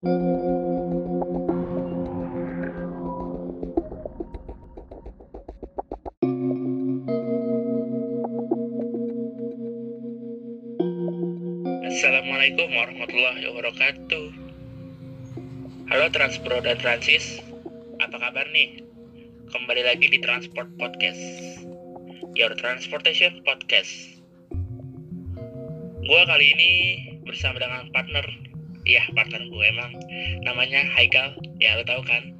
Assalamualaikum warahmatullahi wabarakatuh. Halo Transpro dan Transis, apa kabar nih? Kembali lagi di Transport Podcast, Your Transportation Podcast. Gue kali ini bersama dengan partner gue emang namanya Haikal, ya lo tau kan.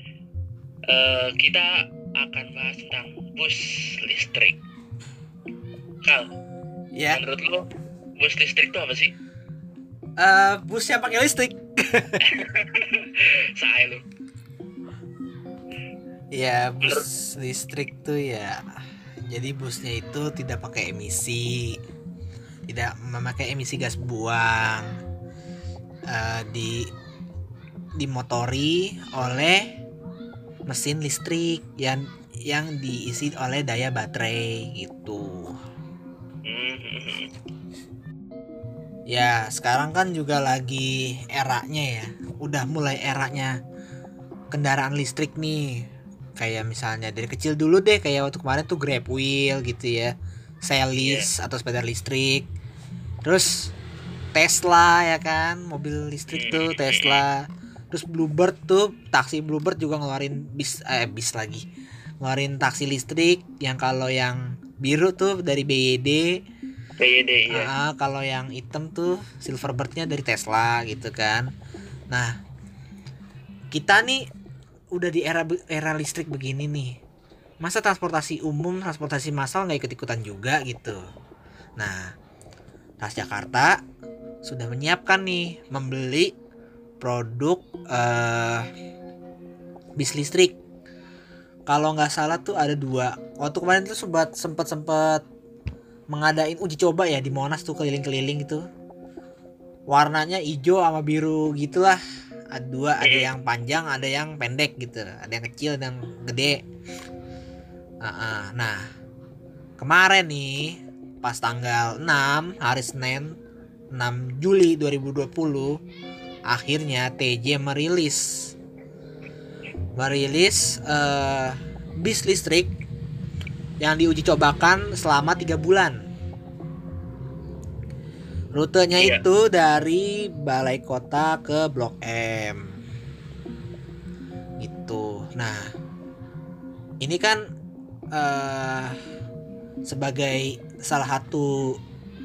Kita akan bahas tentang bus listrik. Kal, Ya, menurut lo bus listrik itu apa sih? bus yang pakai listrik. Saya lo. Ya, bus listrik tuh ya. Jadi busnya itu tidak pakai emisi, tidak memakai emisi gas buang. Dimotori oleh mesin listrik yang diisi oleh daya baterai gitu. Ya, sekarang kan juga lagi eranya ya. Udah mulai eranya kendaraan listrik nih. Kayak misalnya dari kecil dulu deh, kayak waktu kemarin tuh Grab Wheel gitu ya. Selis atau sepeda listrik. Terus Tesla ya kan, mobil listrik tuh Tesla. Terus Bluebird tuh, taksi Bluebird juga ngeluarin bis lagi. Ngeluarin taksi listrik yang kalau yang biru tuh dari BYD. ya. Kalau yang hitam tuh Silverbird-nya dari Tesla gitu kan. Nah, kita nih udah di era listrik begini nih. Masa transportasi umum, transportasi massal nggak ikut-ikutan juga gitu. Nah, Transjakarta sudah menyiapkan nih membeli produk bis listrik. Kalau nggak salah tuh ada 2. Waktu kemarin tuh sempat mengadain uji coba ya di Monas tuh keliling-keliling gitu. Warnanya hijau sama biru gitulah. Ada 2, ada yang panjang, ada yang pendek gitu. Ada yang kecil, ada yang gede. Nah, kemarin nih pas tanggal 6 hari Senin 6 Juli 2020 akhirnya TJ merilis bis listrik yang diuji cobakan selama 3 bulan. Rutenya itu dari Balai Kota ke Blok M gitu. Nah, ini kan sebagai salah satu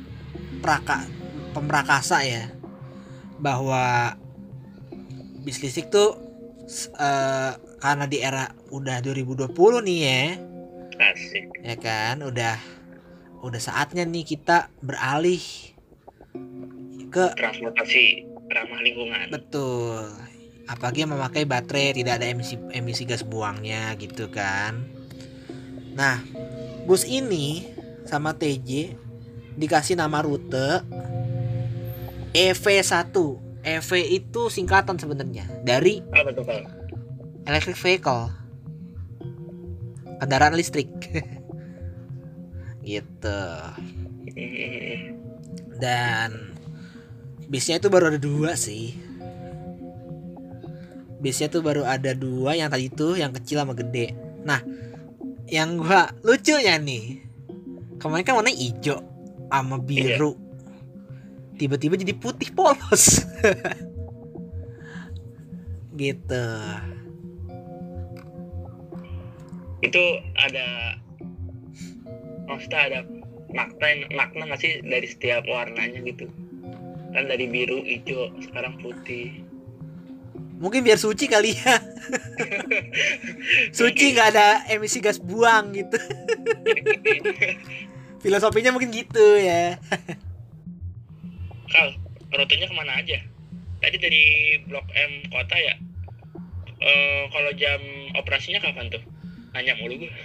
pemrakasa ya, bahwa bis listrik tuh karena di era udah 2020 nih ya. Asik. Ya kan, udah saatnya nih kita beralih ke transportasi ramah lingkungan. Betul. Apalagi memakai baterai, tidak ada emisi gas buangnya gitu kan. Nah, bus ini sama TJ dikasih nama rute EV1. EV itu singkatan sebenarnya dari Apa tuh, Pak? electric vehicle, kendaraan listrik. Gitu. Dan bisnya itu baru ada 2 sih. Bisnya tuh baru ada 2, yang tadi tuh yang kecil sama gede. Nah, yang gua lucunya nih, kemarin kan warnanya hijau sama biru, tiba-tiba jadi putih polos. Gitu. Itu maksudnya ada makna nggak sih dari setiap warnanya gitu? Kan dari biru, hijau, sekarang putih. Mungkin biar suci kali ya. Suci, nggak ada emisi gas buang gitu. Filosofinya mungkin gitu ya. Kal, rutenya kemana aja? Tadi dari Blok M kota ya? Kalau jam operasinya kapan tuh? Nanya mulu gue.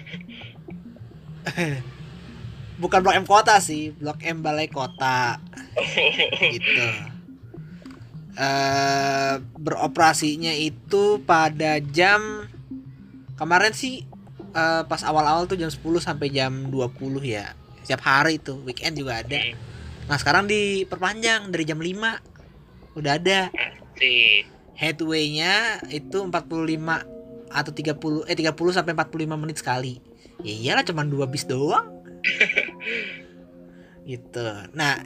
Bukan Blok M kota sih, Blok M Balai Kota. Gitu. Beroperasinya itu pada jam kemarin sih, pas awal-awal tuh jam 10 sampai jam 20 ya. Setiap hari itu, weekend juga ada. Nah, sekarang diperpanjang dari jam 5. Udah ada. Asik. headway-nya itu 45 atau 30 sampai 45 menit sekali. Ya iyalah cuma 2 bis doang. Gitu. Nah,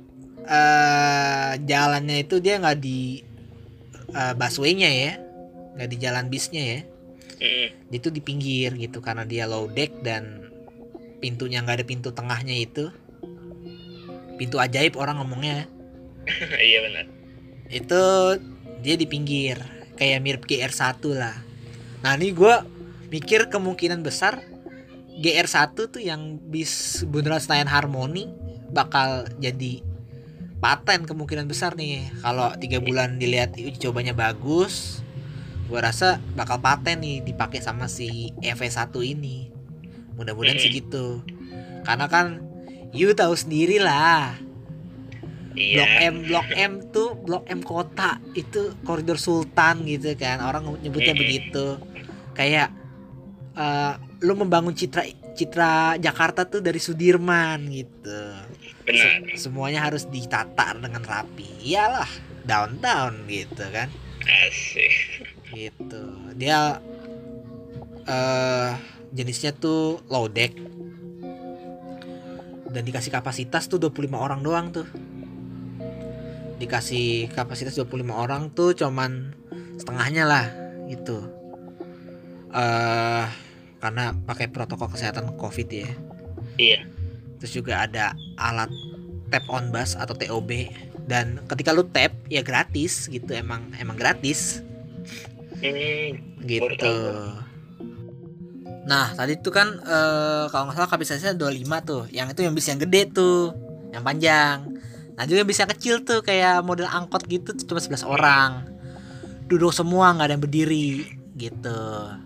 jalannya itu dia nggak di busway-nya ya, nggak di jalan bisnya ya. Dia itu di pinggir gitu karena dia low deck dan pintunya nggak ada pintu tengahnya itu. Pintu ajaib orang ngomongnya. Iya benar. Itu dia di pinggir kayak mirip GR1 lah. Nah ini gue mikir kemungkinan besar GR1 tuh yang bis Bundaran Senayan Harmoni bakal jadi paten kemungkinan besar nih. Kalau 3 bulan dilihat uji cobanya bagus, gue rasa bakal paten nih dipakai sama si EV1 ini. Mudah-mudahan sih gitu. Karena kan you tahu sendiri lah. Iya. Blok M tuh Blok M kota itu koridor sultan gitu kan. Orang nyebutnya begitu. Kayak lu membangun citra Jakarta tuh dari Sudirman gitu. Benar. Semuanya harus ditata dengan rapi. Iyalah, downtown gitu kan. Asik. Gitu. Dia jenisnya tuh low deck. Dan dikasih kapasitas tuh 25 orang doang tuh. Dikasih kapasitas 25 orang tuh cuman setengahnya lah gitu. Karena pakai protokol kesehatan COVID ya. Iya. Terus juga ada alat tap on bus atau TOB, dan ketika lu tap ya gratis gitu, emang gratis. Gitu. Nah, tadi tuh kan kalau nggak salah kapasitasnya 25 tuh. Yang itu yang bis yang gede tuh, yang panjang. Nah, juga bis yang kecil tuh kayak model angkot gitu cuma 11 orang. Duduk semua, nggak ada yang berdiri gitu.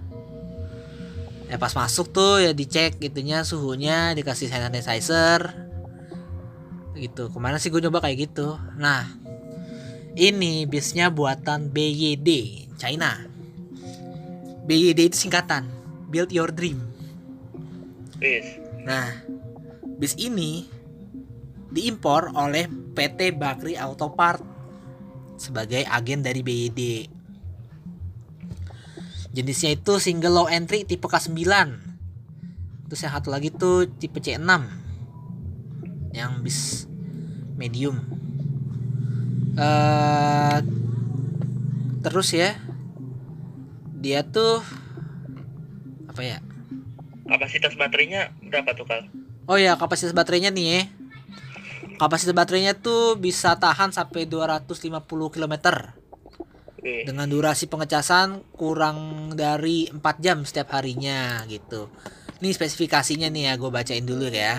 Ya pas masuk tuh ya dicek gitunya suhunya, dikasih hand sanitizer gitu. Kemana sih gue nyoba kayak gitu. Nah, ini bisnya buatan BYD China. BYD itu singkatan Build Your Dream. Nah, bis ini diimpor oleh PT Bakri Auto Part sebagai agen dari BYD. Jenisnya itu single low entry tipe K9. Terus yang satu lagi tuh tipe C6, yang bis medium. Terus ya, dia tuh apa ya? Kapasitas baterainya berapa tuh, Kal? Oh ya, kapasitas baterainya nih ya. Kapasitas baterainya tuh bisa tahan sampai 250 km. Dengan durasi pengecasan kurang dari 4 jam setiap harinya gitu. Ini spesifikasinya nih ya, gue bacain dulu ya.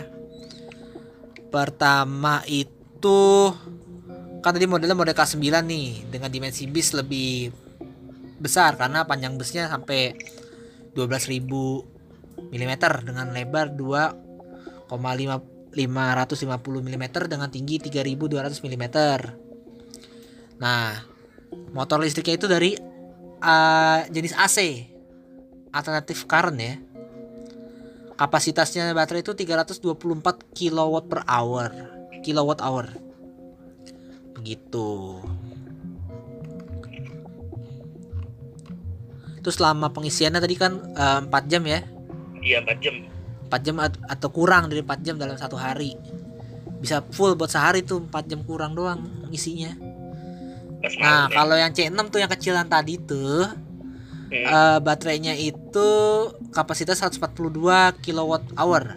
Pertama itu kan tadi modelnya model K9 nih, dengan dimensi bis lebih besar karena panjang busnya sampai 12.000 mm dengan lebar 2,550 mm dengan tinggi 3.200 mm. Nah, motor listriknya itu dari jenis AC, alternatif current ya. Kapasitasnya baterai itu 324 kilowatt hour. Begitu. Terus selama pengisiannya tadi kan 4 jam ya. Iya, 4 jam. 4 jam atau kurang dari 4 jam dalam satu hari. Bisa full buat sehari tuh, 4 jam kurang doang ngisinya. Nah, kalau yang C6 tuh yang kecilan tadi tuh baterainya itu kapasitas 142 kWh.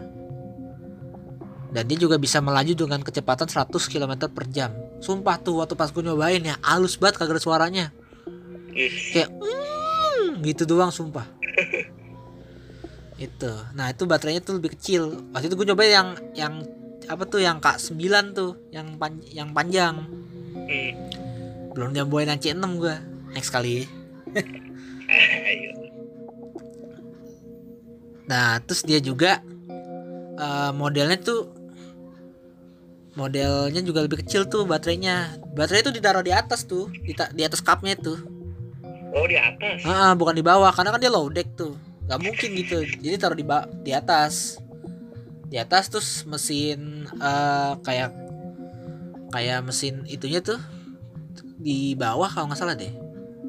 Dan dia juga bisa melaju dengan kecepatan 100 km per jam. Sumpah tuh waktu pas gue nyobain ya, halus banget kagak ada suaranya. Kayak gitu doang sumpah. Itu. Nah, itu baterainya tuh lebih kecil. Waktu itu gue nyobain yang apa tuh, yang K9 tuh, yang panjang. Belum nyobain yang C6 gue. Next kali. Nah, terus dia juga modelnya juga lebih kecil tuh baterainya. Baterai itu ditaruh di atas tuh, di atas cupnya tuh. Oh, di atas. Bukan di bawah, karena kan dia low deck tuh. Gak mungkin gitu. Jadi taruh di atas. Di atas terus mesin kayak mesin itunya tuh di bawah kalau nggak salah deh.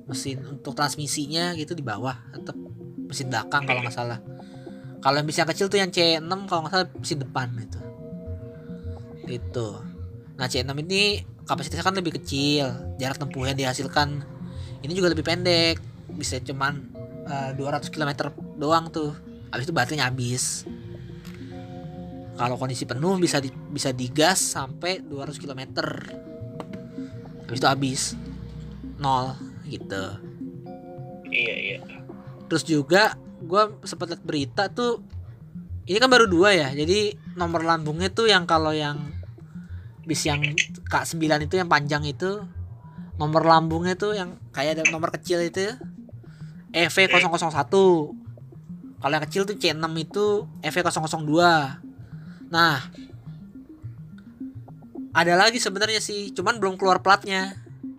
mesin untuk transmisinya gitu di bawah, tetap mesin belakang kalau nggak salah. Kalau yang bis yang kecil tuh yang C6 kalau nggak salah mesin depan itu. Itu. Nah C6 ini kapasitasnya kan lebih kecil, jarak tempuh yang dihasilkan ini juga lebih pendek, bisa cuman 200 km doang tuh. Habis itu baterainya habis. Kalau kondisi penuh bisa digas sampai 200 km. Habis itu habis. Nol gitu. Iya. Terus juga gue sempat lihat berita tuh, ini kan baru 2 ya. Jadi nomor lambungnya tuh yang kalau yang bis yang K9 itu yang panjang itu, nomor lambungnya tuh yang kayak ada nomor kecil itu EV001. Kalau yang kecil tuh C6 itu EV002. Nah, ada lagi sebenarnya sih, cuman belum keluar platnya.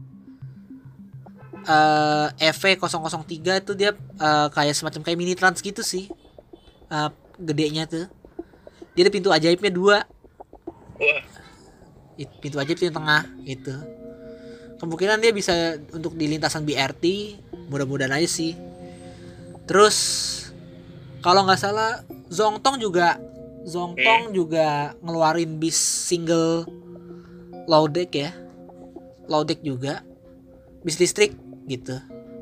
EV003 itu dia kayak semacam kayak mini trans gitu sih. Gedenya tuh. Dia ada pintu ajaibnya 2. Wah, Pintu ajaib di tengah gitu. Kemungkinan dia bisa untuk di lintasan BRT, mudah-mudahan aja sih. Terus kalau nggak salah Zongtong juga ngeluarin bis single low deck ya, low deck juga, bis listrik gitu.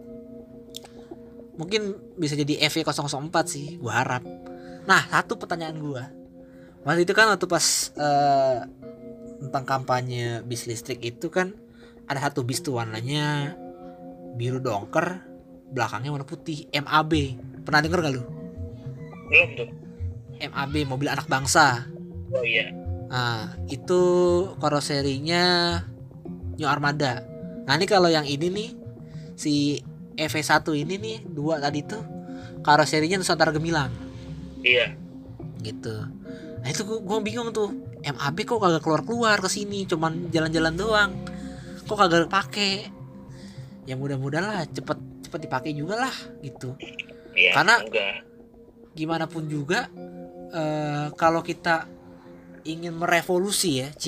Mungkin bisa jadi EV004 sih, gua harap. Nah, satu pertanyaan gua, waktu itu kan waktu pas tentang kampanye bis listrik itu kan ada satu bis tuh warnanya biru dongker, belakangnya warna putih, MAB. Pernah denger gak lu? belum tuh. MAB, mobil anak bangsa. Oh iya. Nah, itu karoserinya New Armada. Nah, ini kalau yang ini nih, si EV1 ini nih, 2 tadi tuh karoserinya Nusantara Gemilang. Iya. Gitu. Nah, itu gua bingung tuh. MAB kok kagak keluar ke sini, cuman jalan-jalan doang. Kok kagak pakai? Ya mudah-mudahan lah cepet dipakai juga lah gitu. Iya. Karena semoga. gimana pun juga kalau kita ingin merevolusi ya,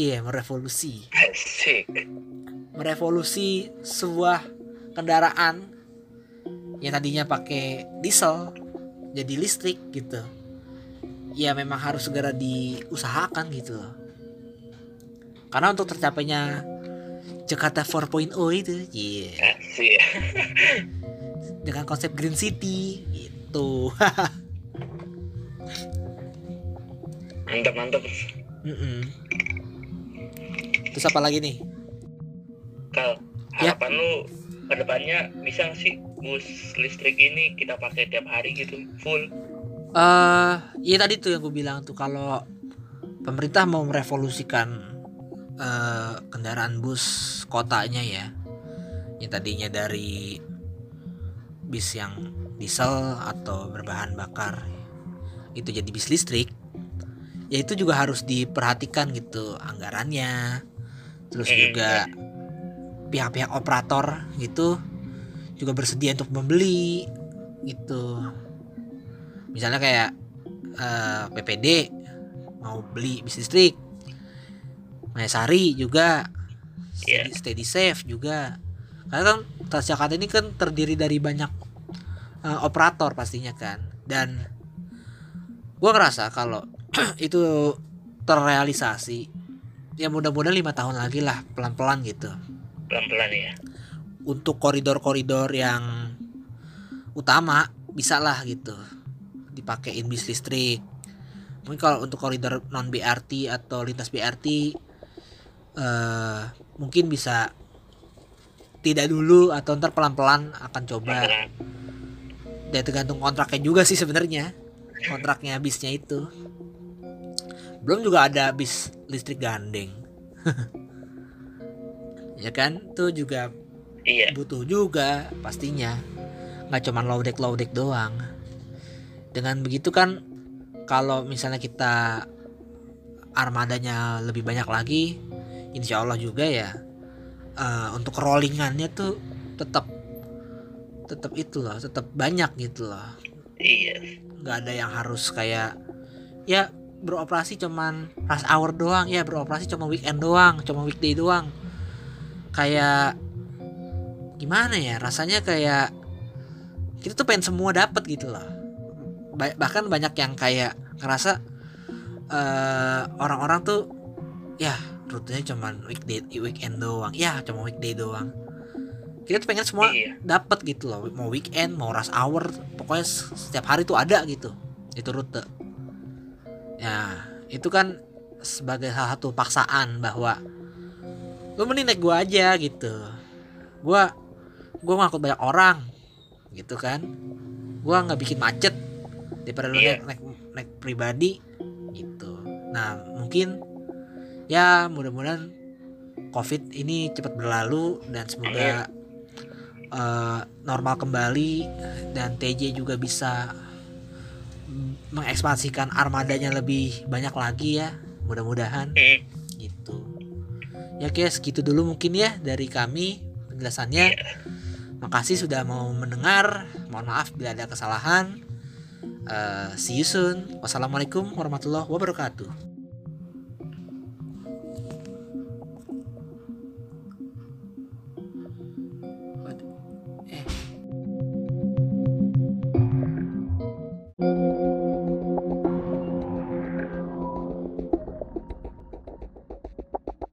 merevolusi sebuah kendaraan yang tadinya pakai diesel jadi listrik gitu, ya memang harus segera diusahakan gitu loh. Karena untuk tercapainya Jakarta 4.0 itu, Asik. dengan konsep Green City gitu. Mantap. Terus apa lagi nih? Kal, Ya. harapan lu ke depannya bisa nggak sih bus listrik ini kita pakai tiap hari gitu full? Ya tadi tuh yang gue bilang tuh, kalau pemerintah mau merevolusikan kendaraan bus kotanya ya, yang tadinya dari bis yang diesel atau berbahan bakar itu jadi bis listrik, ya itu juga harus diperhatikan gitu anggarannya. Terus juga pihak-pihak operator gitu juga bersedia untuk membeli gitu. Misalnya kayak PPD mau beli bis listrik, Mayasari juga, Steady Safe juga. Karena kan Transjakarta ini kan terdiri dari banyak operator pastinya kan. Dan gue ngerasa kalau itu terrealisasi, ya mudah-mudahan 5 tahun lagi lah, pelan-pelan gitu. Pelan-pelan ya. Untuk koridor-koridor yang utama bisa lah gitu dipakein bis listrik. Mungkin kalau untuk koridor non BRT atau lintas BRT mungkin bisa tidak dulu, atau ntar pelan-pelan akan coba. Dan tergantung kontraknya juga sih sebenarnya, kontraknya bisnya itu. Belum juga ada bis listrik gandeng. Ya kan, tuh juga butuh juga pastinya. Nggak cuma low deck doang. Dengan begitu kan, kalau misalnya kita armadanya lebih banyak lagi, insya Allah juga ya untuk rollingannya tuh tetap itu loh, tetap banyak gitu loh. Iya. Nggak ada yang harus kayak ya beroperasi cuman rush hour doang, ya beroperasi cuma weekend doang, cuma weekday doang. Kayak gimana ya, rasanya kayak kita tuh pengen semua dapat gitu loh. Bahkan banyak yang kayak ngerasa orang-orang tuh ya rutenya cuman weekend doang, ya cuma weekday doang. Kita tuh pengen semua dapat gitu loh, mau weekend mau rush hour, pokoknya setiap hari tuh ada gitu itu rute. Ya itu kan sebagai salah satu paksaan bahwa lu mending naik gua aja gitu. Gua ngangkut banyak orang gitu kan, gua nggak bikin macet daripada lu naik pribadi gitu. Nah mungkin ya mudah-mudahan COVID ini cepat berlalu dan semoga normal kembali dan TJ juga bisa mengekspansikan armadanya lebih banyak lagi ya, mudah-mudahan gitu. Ya guys, segitu dulu mungkin ya dari kami penjelasannya. Makasih sudah mau mendengar. Mohon maaf bila ada kesalahan. See you soon. Wassalamualaikum warahmatullahi wabarakatuh.